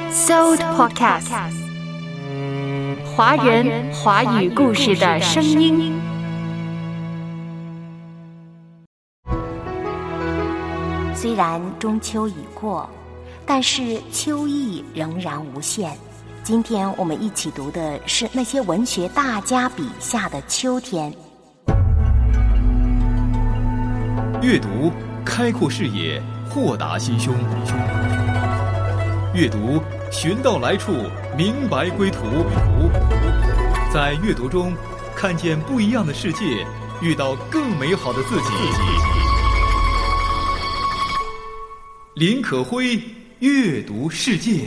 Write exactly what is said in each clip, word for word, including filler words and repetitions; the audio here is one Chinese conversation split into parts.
Sold Podcast， 华人华语故事的声音。 虽然中秋已过，但是秋意仍然无限。今天我们一起读的是那些文学大家笔下的秋天。 阅读开阔视野，豁达心胸。阅读寻到来处，明白归途。在阅读中看见不一样的世界，遇到更美好的自己。林可辉阅读世界。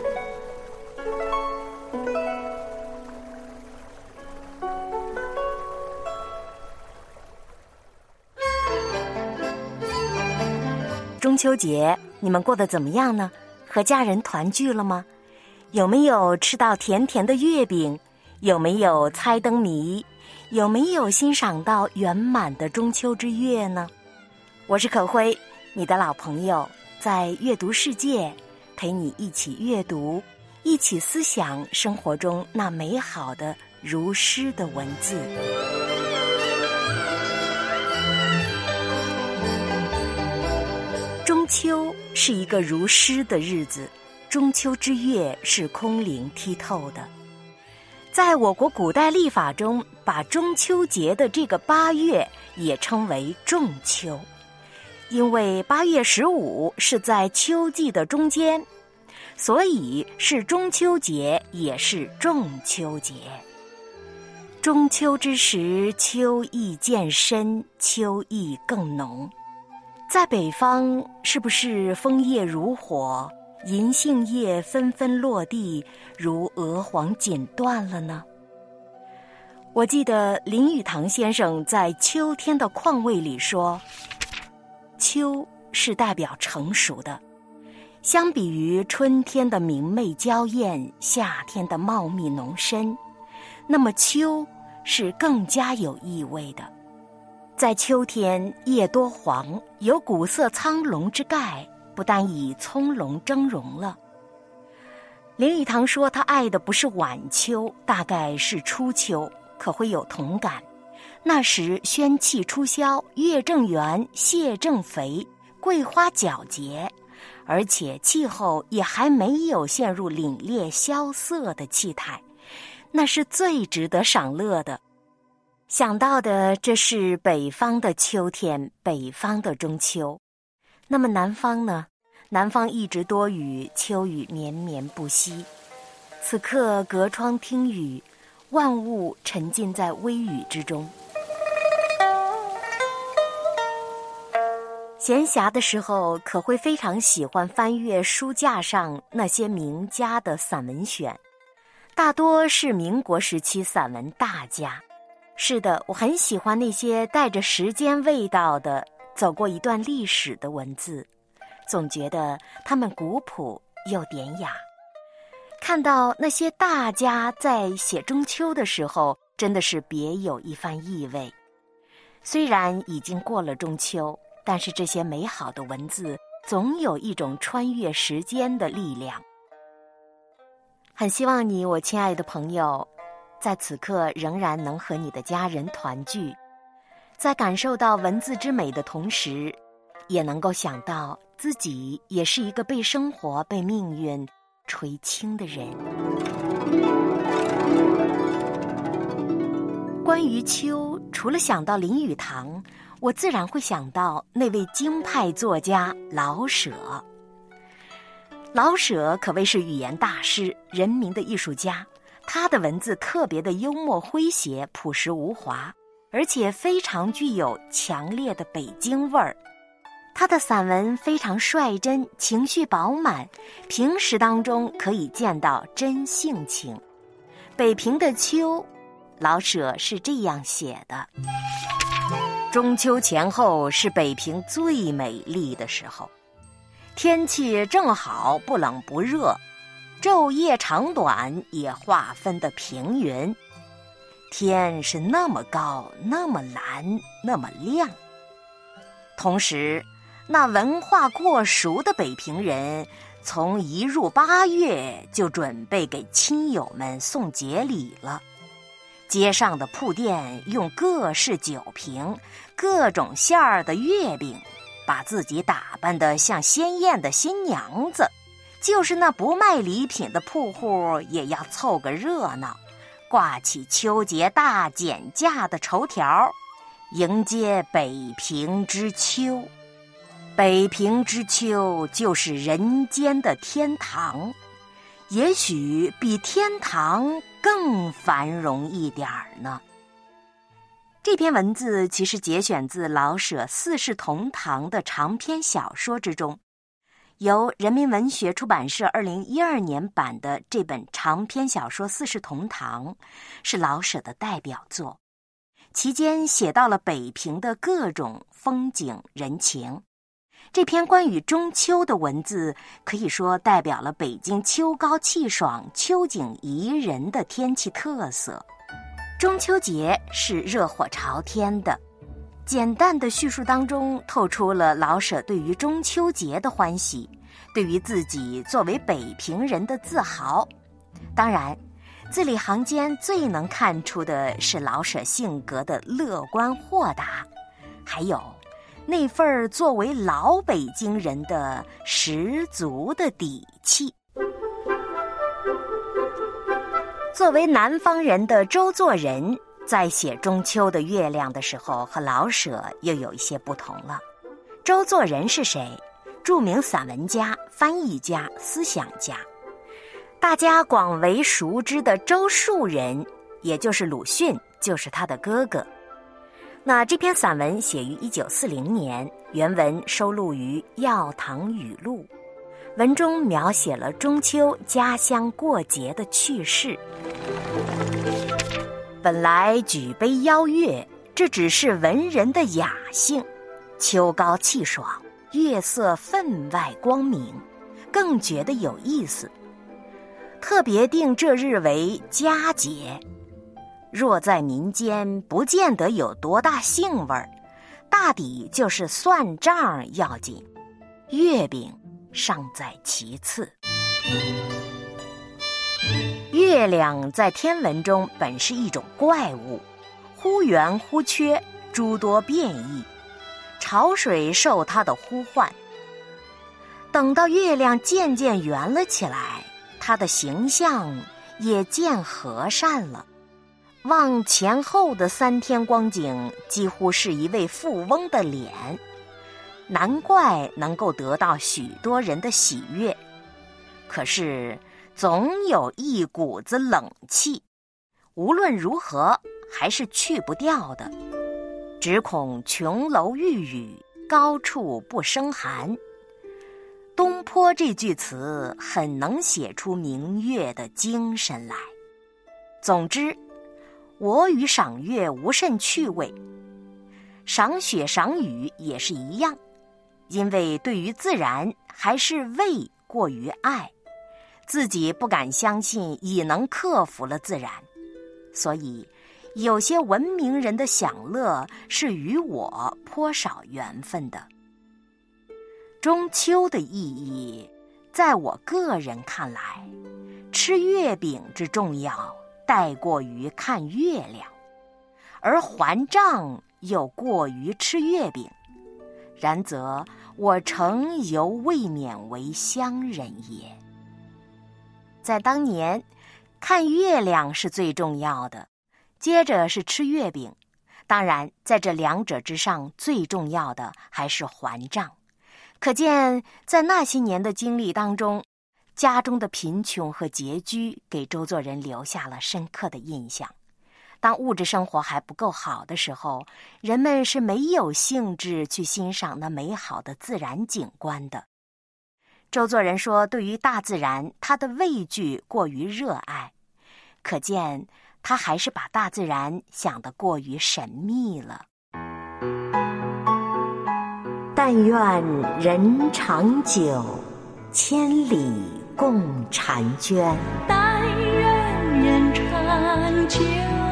中秋节你们过得怎么样呢？和家人团聚了吗？有没有吃到甜甜的月饼？有没有猜灯谜？有没有欣赏到圆满的中秋之月呢？我是可辉，你的老朋友，在阅读世界陪你一起阅读，一起思想生活中那美好的如诗的文字。中秋是一个如诗的日子，中秋之月是空灵剔透的。在我国古代历法中，把中秋节的这个八月也称为仲秋，因为八月十五是在秋季的中间，所以是中秋节也是仲秋节。中秋之时，秋意渐深，秋意更浓。在北方，是不是枫叶如火，银杏叶纷纷落地，如鹅黄锦缎了呢？我记得林语堂先生在《秋天的况味》里说，秋是代表成熟的，相比于春天的明媚娇艳，夏天的茂密浓深，那么秋是更加有意味的。在秋天，叶多黄，有古色苍龙之概，不但以葱茏峥嵘了。林语堂说他爱的不是晚秋，大概是初秋，可会有同感。那时宣气初消，月正圆，蟹正肥，桂花皎洁，而且气候也还没有陷入凛冽萧瑟的气态，那是最值得赏乐的。想到的这是北方的秋天，北方的中秋。那么南方呢？南方一直多雨，秋雨绵绵不息。此刻隔窗听雨，万物沉浸在微雨之中。闲暇的时候，可会非常喜欢翻阅书架上那些名家的散文选，大多是民国时期散文大家。是的，我很喜欢那些带着时间味道的走过一段历史的文字，总觉得他们古朴又典雅。看到那些大家在写中秋的时候，真的是别有一番意味。虽然已经过了中秋，但是这些美好的文字总有一种穿越时间的力量。很希望你，我亲爱的朋友，在此刻仍然能和你的家人团聚，在感受到文字之美的同时，也能够想到自己也是一个被生活、被命运垂青的人。关于秋，除了想到林语堂，我自然会想到那位京派作家老舍。老舍可谓是语言大师，人民的艺术家。他的文字特别的幽默诙谐，朴实无华，而且非常具有强烈的北京味儿。他的散文非常率真，情绪饱满，平时当中可以见到真性情。北平的秋，老舍是这样写的：中秋前后是北平最美丽的时候，天气正好，不冷不热，昼夜长短也划分的平匀，天是那么高，那么蓝，那么亮。同时那文化过熟的北平人从一入八月就准备给亲友们送节礼了。街上的铺店用各式酒瓶、各种馅儿的月饼，把自己打扮得像鲜艳的新娘子。就是那不卖礼品的铺户也要凑个热闹，挂起秋节大减价的绸条，迎接北平之秋。北平之秋就是人间的天堂，也许比天堂更繁荣一点儿呢。这篇文字其实节选自老舍四世同堂的长篇小说之中，由人民文学出版社二零一二年版的这本长篇小说《四世同堂》是老舍的代表作，其间写到了北平的各种风景人情。这篇关于中秋的文字可以说代表了北京秋高气爽、秋景宜人的天气特色。中秋节是热火朝天的，简单的叙述当中透出了老舍对于中秋节的欢喜，对于自己作为北平人的自豪。当然，字里行间最能看出的是老舍性格的乐观豁达，还有那份作为老北京人的十足的底气。作为南方人的周作人在写中秋的月亮的时候，和老舍又有一些不同了。周作人是谁？著名散文家、翻译家、思想家。大家广为熟知的周树人，也就是鲁迅，就是他的哥哥。那这篇散文写于一九四零年，原文收录于《药堂语录》，文中描写了中秋家乡过节的趣事。本来举杯邀月，这只是文人的雅兴。秋高气爽，月色分外光明，更觉得有意思。特别定这日为佳节，若在民间不见得有多大兴味儿，大抵就是算账要紧，月饼尚在其次。月亮在天文中本是一种怪物，忽圆忽缺，诸多变异，潮水受它的呼唤。等到月亮渐渐圆了起来，它的形象也渐和善了。望前后的三天光景，几乎是一位富翁的脸，难怪能够得到许多人的喜悦。可是总有一股子冷气，无论如何还是去不掉的。只恐琼楼玉宇，高处不胜寒。东坡这句词很能写出明月的精神来。总之，我与赏月无甚趣味，赏雪赏雨也是一样，因为对于自然还是畏过于爱，自己不敢相信已能克服了自然，所以有些文明人的享乐是与我颇少缘分的。中秋的意义，在我个人看来，吃月饼之重要带过于看月亮，而还账又过于吃月饼，然则我诚犹未免为乡人也。在当年，看月亮是最重要的，接着是吃月饼，当然在这两者之上，最重要的还是还账。可见在那些年的经历当中，家中的贫穷和拮据给周作人留下了深刻的印象。当物质生活还不够好的时候，人们是没有兴致去欣赏那美好的自然景观的。周作人说，对于大自然，他的畏惧过于热爱，可见他还是把大自然想得过于神秘了。但愿人长久，千里共婵娟。 但愿人长久，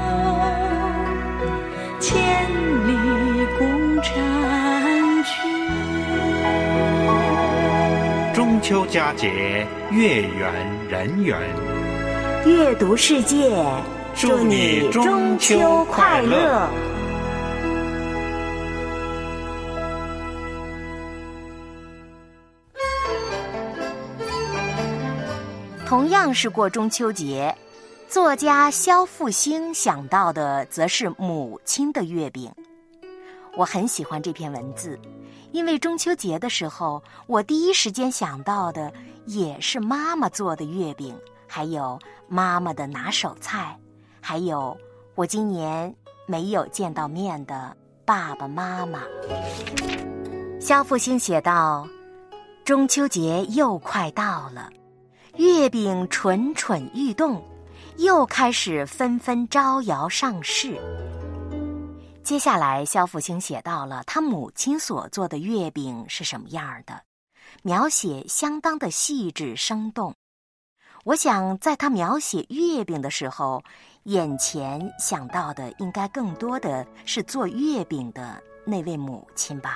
千里共婵娟。 中秋佳节，月圆人圆。 阅读世界，祝你中秋快乐！同样是过中秋节，作家萧复兴想到的则是母亲的月饼。我很喜欢这篇文字，因为中秋节的时候，我第一时间想到的也是妈妈做的月饼，还有妈妈的拿手菜，还有我今年没有见到面的爸爸妈妈。萧复兴写道：中秋节又快到了，月饼蠢蠢欲动，又开始纷纷招摇上市。接下来萧复兴写到了他母亲所做的月饼是什么样的，描写相当的细致生动。我想在他描写月饼的时候，眼前想到的应该更多的是做月饼的那位母亲吧。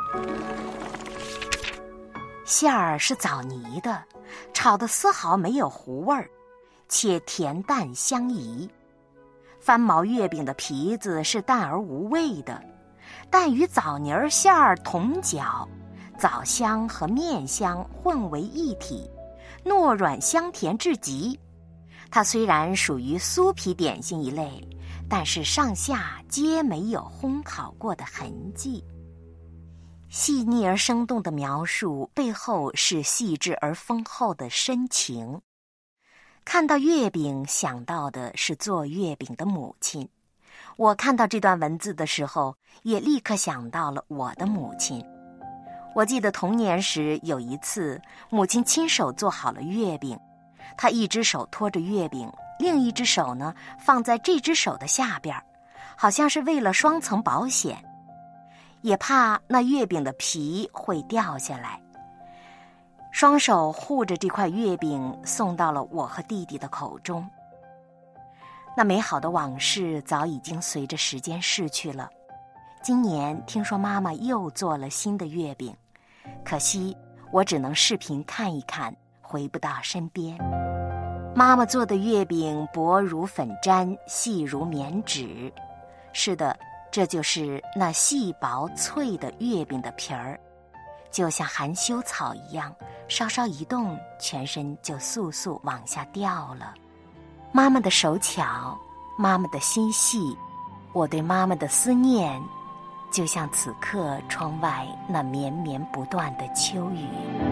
馅儿是枣泥的，炒得丝毫没有糊味儿，且甜淡相宜。翻毛月饼的皮子是淡而无味的，但与枣泥儿馅儿同搅，枣香和面香混为一体，糯软香甜至极。它虽然属于酥皮点心一类，但是上下皆没有烘烤过的痕迹。细腻而生动的描述背后是细致而丰厚的深情。看到月饼，想到的是做月饼的母亲。我看到这段文字的时候，也立刻想到了我的母亲。我记得童年时有一次，母亲亲手做好了月饼，她一只手托着月饼，另一只手呢放在这只手的下边，好像是为了双层保险，也怕那月饼的皮会掉下来。双手护着这块月饼送到了我和弟弟的口中。那美好的往事早已经随着时间逝去了。今年听说妈妈又做了新的月饼，可惜我只能视频看一看，回不到身边。妈妈做的月饼薄如粉毡，细如棉纸。是的，这就是那细薄脆的月饼的皮儿，就像含羞草一样，稍稍一动，全身就簌簌往下掉了。妈妈的手巧，妈妈的心细，我对妈妈的思念，就像此刻窗外那绵绵不断的秋雨。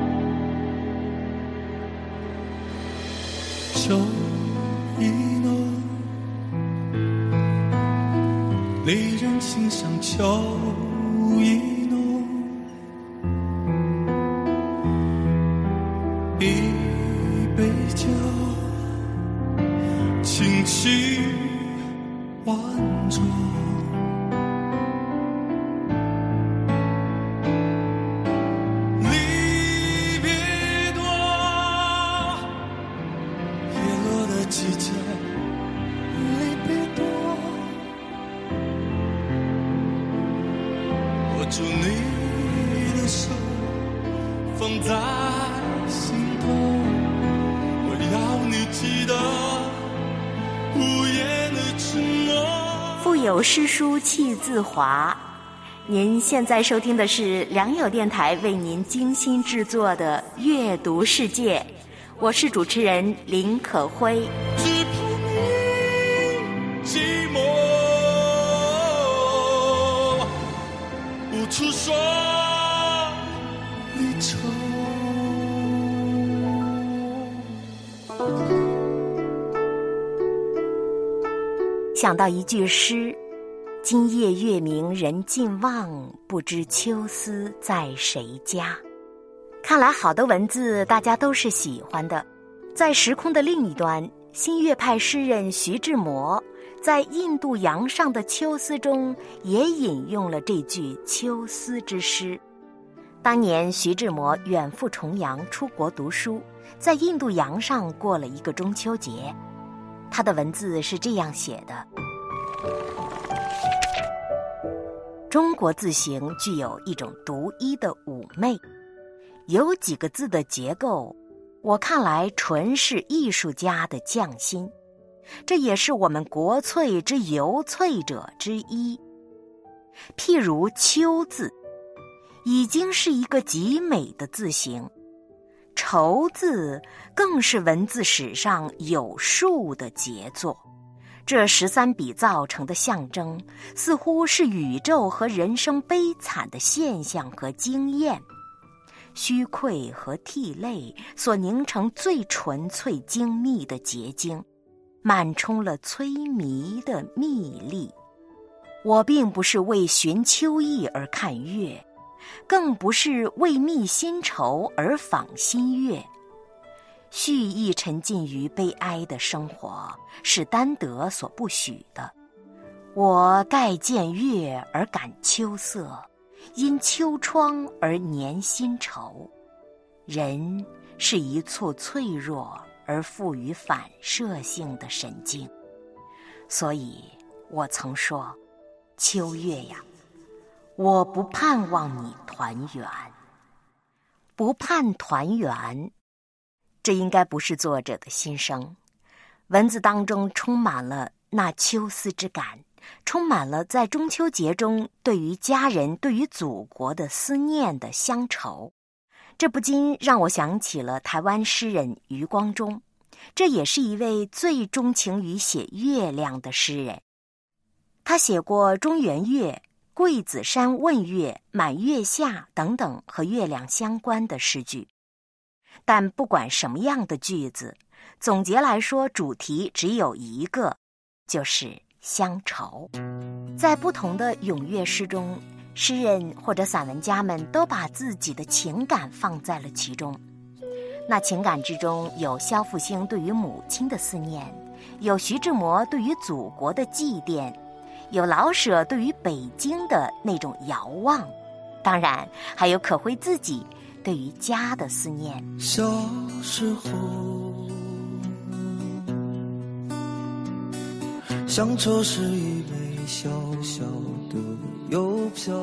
秋意浓，离人心上秋意浓，一杯酒，轻轻挽着，离别多，叶落的季节，离别多，握住你的手，放在心头，我要你记得无言的承诺。 腹有诗书气自华。您现在收听的是良友电台为您精心制作的阅读世界，我是主持人林可辉。 只怕你寂寞无处说离愁。 想到一句诗：今夜月明人尽望，不知秋思在谁家。看来好的文字大家都是喜欢的。在时空的另一端，新月派诗人徐志摩在印度洋上的秋思中也引用了这句秋思之诗。当年徐志摩远赴重洋出国读书，在印度洋上过了一个中秋节。他的文字是这样写的：中国字形具有一种独一的妩媚， 有几个字的结构，我看来纯是艺术家的匠心，这也是我们国粹之尤粹者之一。譬如秋字，已经是一个极美的字形，愁字更是文字史上有数的杰作。这十三笔造成的象征，似乎是宇宙和人生悲惨的现象和经验，虚愧和涕泪所凝成最纯粹精密的结晶，满充了催迷的秘力。我并不是为寻秋意而看月，更不是为觅新愁而访新月。蓄意沉浸于悲哀的生活，是丹德所不许的。我盖见月而感秋色，因秋窗而念新愁。人是一簇脆弱而富于反射性的神经，所以我曾说，秋月呀，我不盼望你团圆。不盼团圆，这应该不是作者的心声。文字当中充满了那秋思之感，充满了在中秋节中对于家人、对于祖国的思念的乡愁。这不禁让我想起了台湾诗人余光中，这也是一位最钟情于写月亮的诗人。他写过中元月、桂子山问月、满月下等等和月亮相关的诗句。但不管什么样的句子，总结来说，主题只有一个，就是乡愁。在不同的咏月诗中，诗人或者散文家们都把自己的情感放在了其中。那情感之中有萧复兴对于母亲的思念，有徐志摩对于祖国的祭奠，有老舍对于北京的那种遥望，当然还有可辉自己对于家的思念。 小时候，乡愁是一枚小小的邮票，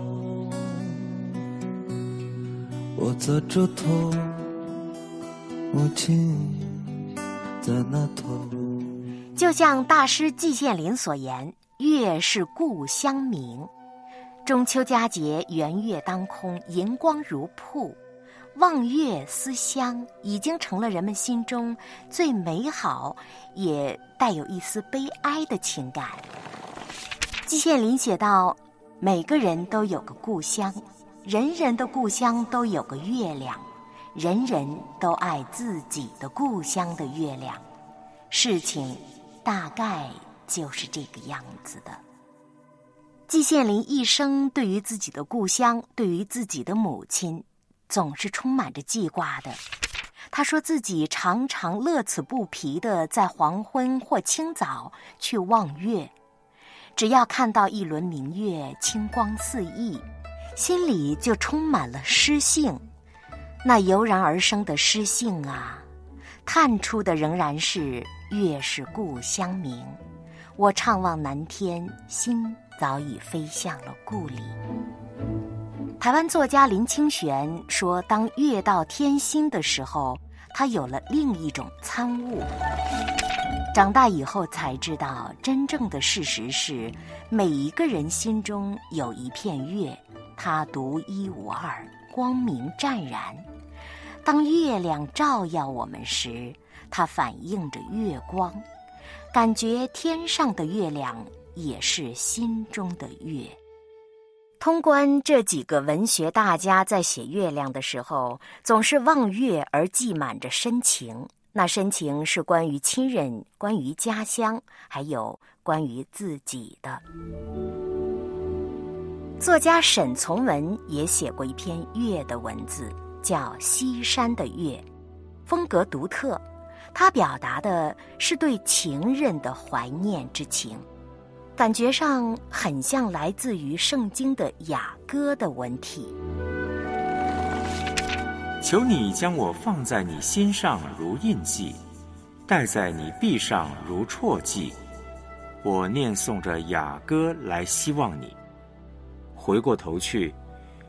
我侧着头，母亲在那头。 就像大师季羡林所言，月是故乡明。中秋佳节，圆月当空，银光如瀑，望月思乡已经成了人们心中最美好也带有一丝悲哀的情感。季羡林写道，每个人都有个故乡，人人的故乡都有个月亮，人人都爱自己的故乡的月亮。事情大概就是这个样子的。季羡林一生对于自己的故乡，对于自己的母亲，总是充满着记挂的。他说自己常常乐此不疲地在黄昏或清早去望月，只要看到一轮明月清光四溢，心里就充满了诗兴。那油然而生的诗兴啊，探出的仍然是月是故乡明，我怅望南天，心早已飞向了故里。台湾作家林清玄说，当月到天心的时候，他有了另一种参悟。长大以后才知道，真正的事实是，每一个人心中有一片月，它独一无二，光明湛然。当月亮照耀我们时，它反映着月光，感觉天上的月亮也是心中的月。通关这几个文学大家在写月亮的时候，总是望月而寄满着深情。那深情是关于亲人，关于家乡，还有关于自己的。作家沈从文也写过一篇月的文字，叫《西山的月》，风格独特。他表达的是对情人的怀念之情，感觉上很像来自于圣经的雅歌的文体。 求你将我放在你心上如印记，戴在你臂上如戳记。我念诵着雅歌来希望你。回过头去，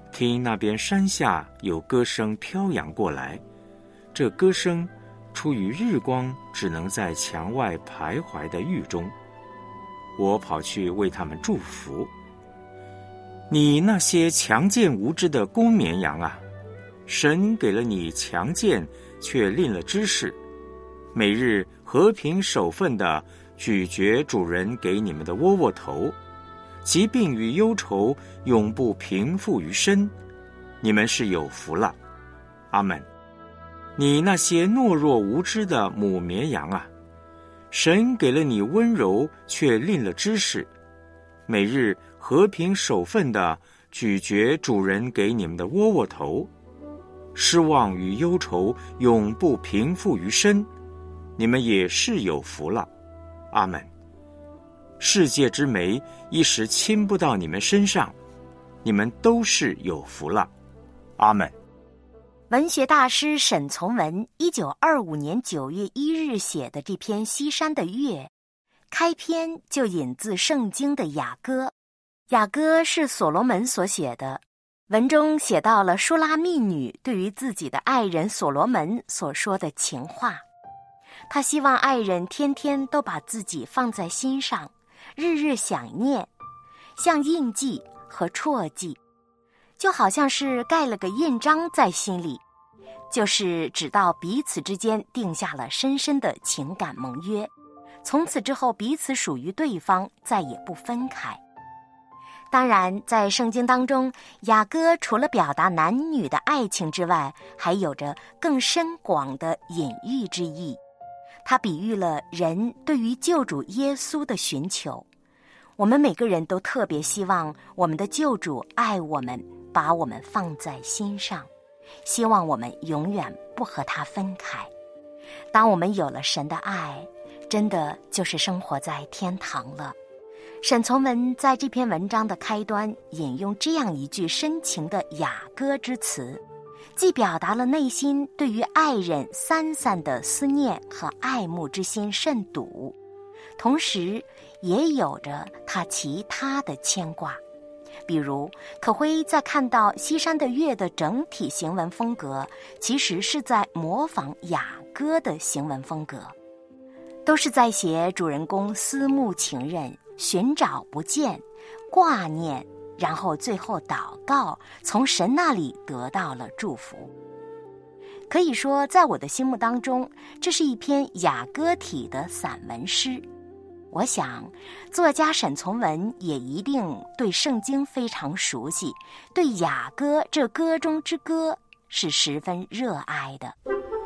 听那边山下有歌声飘扬过来，这歌声出于日光只能在墙外徘徊的狱中。我跑去为他们祝福。你那些强健无知的公绵羊啊，神给了你强健，却吝了知识。每日和平守分地咀嚼主人给你们的窝窝头，疾病与忧愁永不平复于身，你们是有福了。阿们。你那些懦弱无知的母绵羊啊，神给了你温柔，却吝了知识。每日和平守分地咀嚼主人给你们的窝窝头，失望与忧愁永不平复于身，你们也是有福了。阿们。世界之美一时倾不到你们身上，你们都是有福了。阿们。 文学大师沈从文一九二五年九月一日写的这篇《西山的月》，开篇就引自圣经的雅歌。雅歌是所罗门所写的，文中写到了书拉密女对于自己的爱人所罗门所说的情话。他希望爱人天天都把自己放在心上，日日想念，像印记和戳记，就好像是盖了个印章在心里，就是直到彼此之间定下了深深的情感盟约，从此之后彼此属于对方，再也不分开。当然，在圣经当中，雅歌除了表达男女的爱情之外，还有着更深广的隐喻之意。它比喻了人对于救主耶稣的寻求。我们每个人都特别希望我们的救主爱我们，把我们放在心上，希望我们永远不和他分开。当我们有了神的爱，真的就是生活在天堂了。沈从文在这篇文章的开端引用这样一句深情的雅歌之词，既表达了内心对于爱人三散的思念和爱慕之心甚笃，同时也有着他其他的牵挂。比如可辉在看到西山的月的整体行文风格，其实是在模仿雅歌的行文风格，都是在写主人公思慕情人，寻找不见，挂念，然后最后祷告，从神那里得到了祝福。可以说，在我的心目当中，这是一篇雅歌体的散文诗。我想，作家沈从文也一定对圣经非常熟悉，对雅歌这歌中之歌是十分热爱的。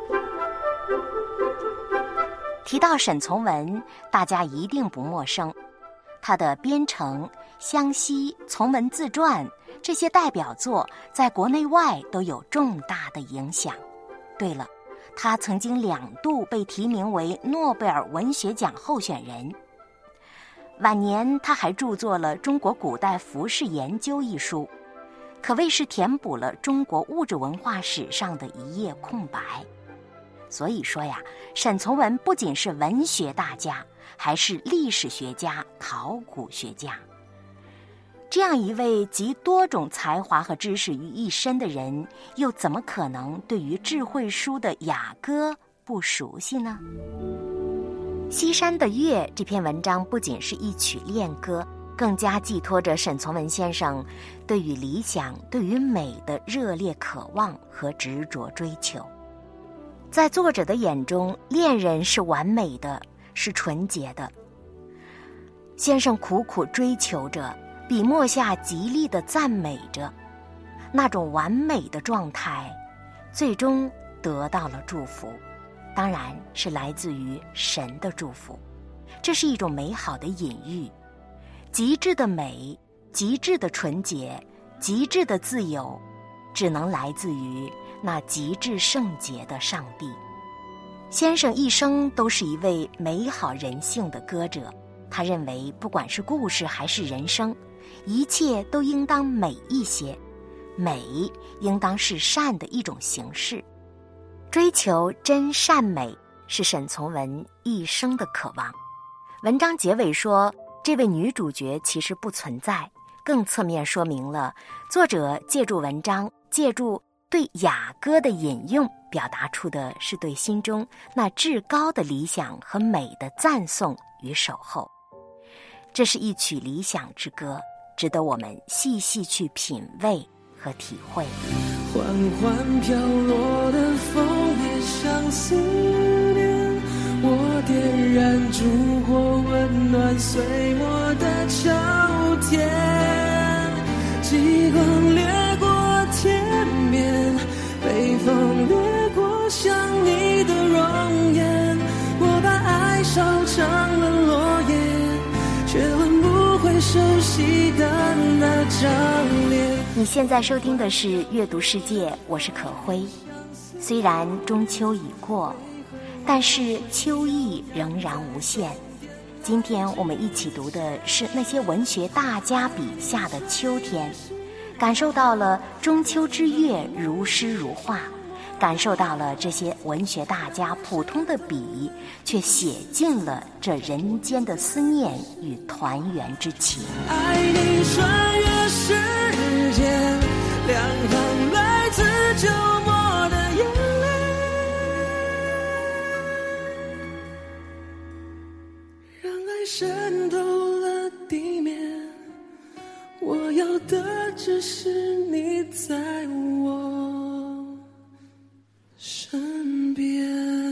提到沈从文，大家一定不陌生。他的《边城》《湘西》《从文自传》这些代表作在国内外都有重大的影响。对了，他曾经两度被提名为诺贝尔文学奖候选人。晚年他还著作了《中国古代服饰研究》一书，可谓是填补了中国物质文化史上的一页空白。所以说呀，沈从文不仅是文学大家，还是历史学家、考古学家。这样一位集多种才华和知识于一身的人，又怎么可能对于智慧书的雅歌不熟悉呢？《西山的月》这篇文章不仅是一曲恋歌，更加寄托着沈从文先生对于理想、对于美的热烈渴望和执着追求。在作者的眼中，恋人是完美的，是纯洁的。先生苦苦追求着，笔墨下极力地赞美着，那种完美的状态，最终得到了祝福，当然是来自于神的祝福。这是一种美好的隐喻，极致的美，极致的纯洁，极致的自由，只能来自于那极致圣洁的上帝。先生一生都是一位美好人性的歌者，他认为不管是故事还是人生，一切都应当美一些，美应当是善的一种形式。追求真善美是沈从文一生的渴望。文章结尾说，这位女主角其实不存在， 更侧面说明了作者借助文章，借助对雅歌的引用，表达出的是对心中那至高的理想和美的赞颂与守候。这是一曲理想之歌，值得我们细细去品味和体会。 缓缓飘落的枫叶像思念，我点燃烛火，温暖碎末的秋天。极光掠过天边，北风掠过想你的容颜。我把爱烧成了落叶，却换不回熟悉的那张脸。 你现在收听的是阅读世界，我是可辉。虽然中秋已过，但是秋意仍然无限。今天我们一起读的是那些文学大家笔下的秋天，感受到了中秋之月如诗如画，感受到了这些文学大家普通的笔却写尽了这人间的思念与团圆之情。 爱你穿越时间，两行来自旧末的眼泪，让爱渗透了地面。我要的只是你在我身边。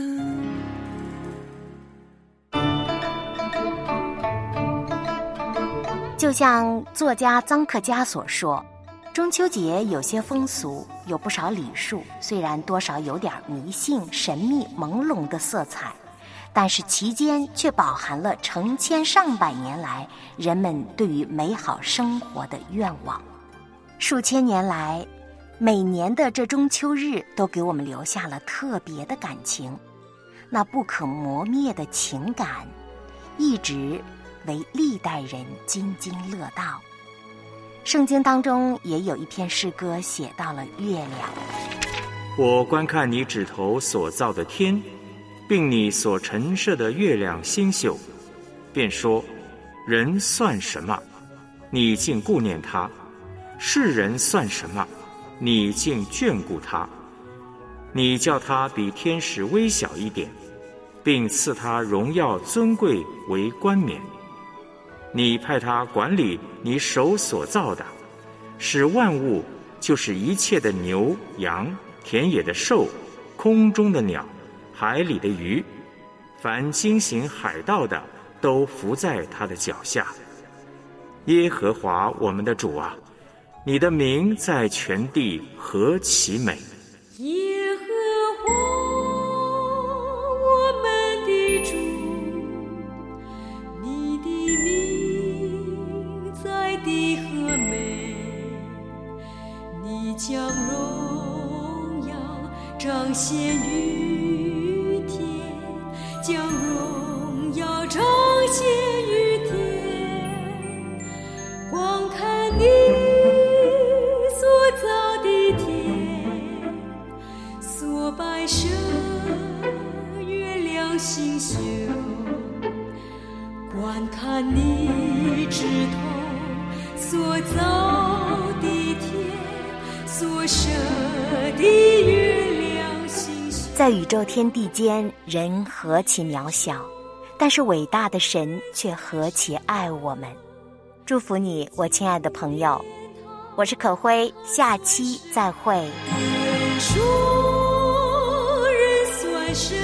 就像作家臧克家所说，中秋节有些风俗，有不少礼数，虽然多少有点迷信、神秘、朦胧的色彩，但是其间却饱含了成千上百年来人们对于美好生活的愿望。数千年来，每年的这中秋日都给我们留下了特别的感情，那不可磨灭的情感一直为历代人津津乐道。圣经当中也有一篇诗歌写到了月亮。 我观看你指头所造的天，并你所陈设的月亮星宿，便说：人算什么？你竟顾念他；世人算什么？你竟眷顾他。你叫他比天使微小一点，并赐他荣耀尊贵为冠冕。你派他管理你手所造的，使万物，就是一切的牛羊、田野的兽、空中的鸟、海里的鱼，凡经行海道的，都伏在他的脚下。耶和华我们的主啊，你的名在全地何其美！ 耶和华我们的主，你的名在地何美！你将荣耀彰显于天，将荣耀彰显于天。光看你所造的天，所摆设月亮星宿，观看你指头所造的天，所设的月亮星宿。 在宇宙天地间，人何其渺小，但是伟大的神却何其爱我们。祝福你，我亲爱的朋友，我是可辉，下期再会。 说人算什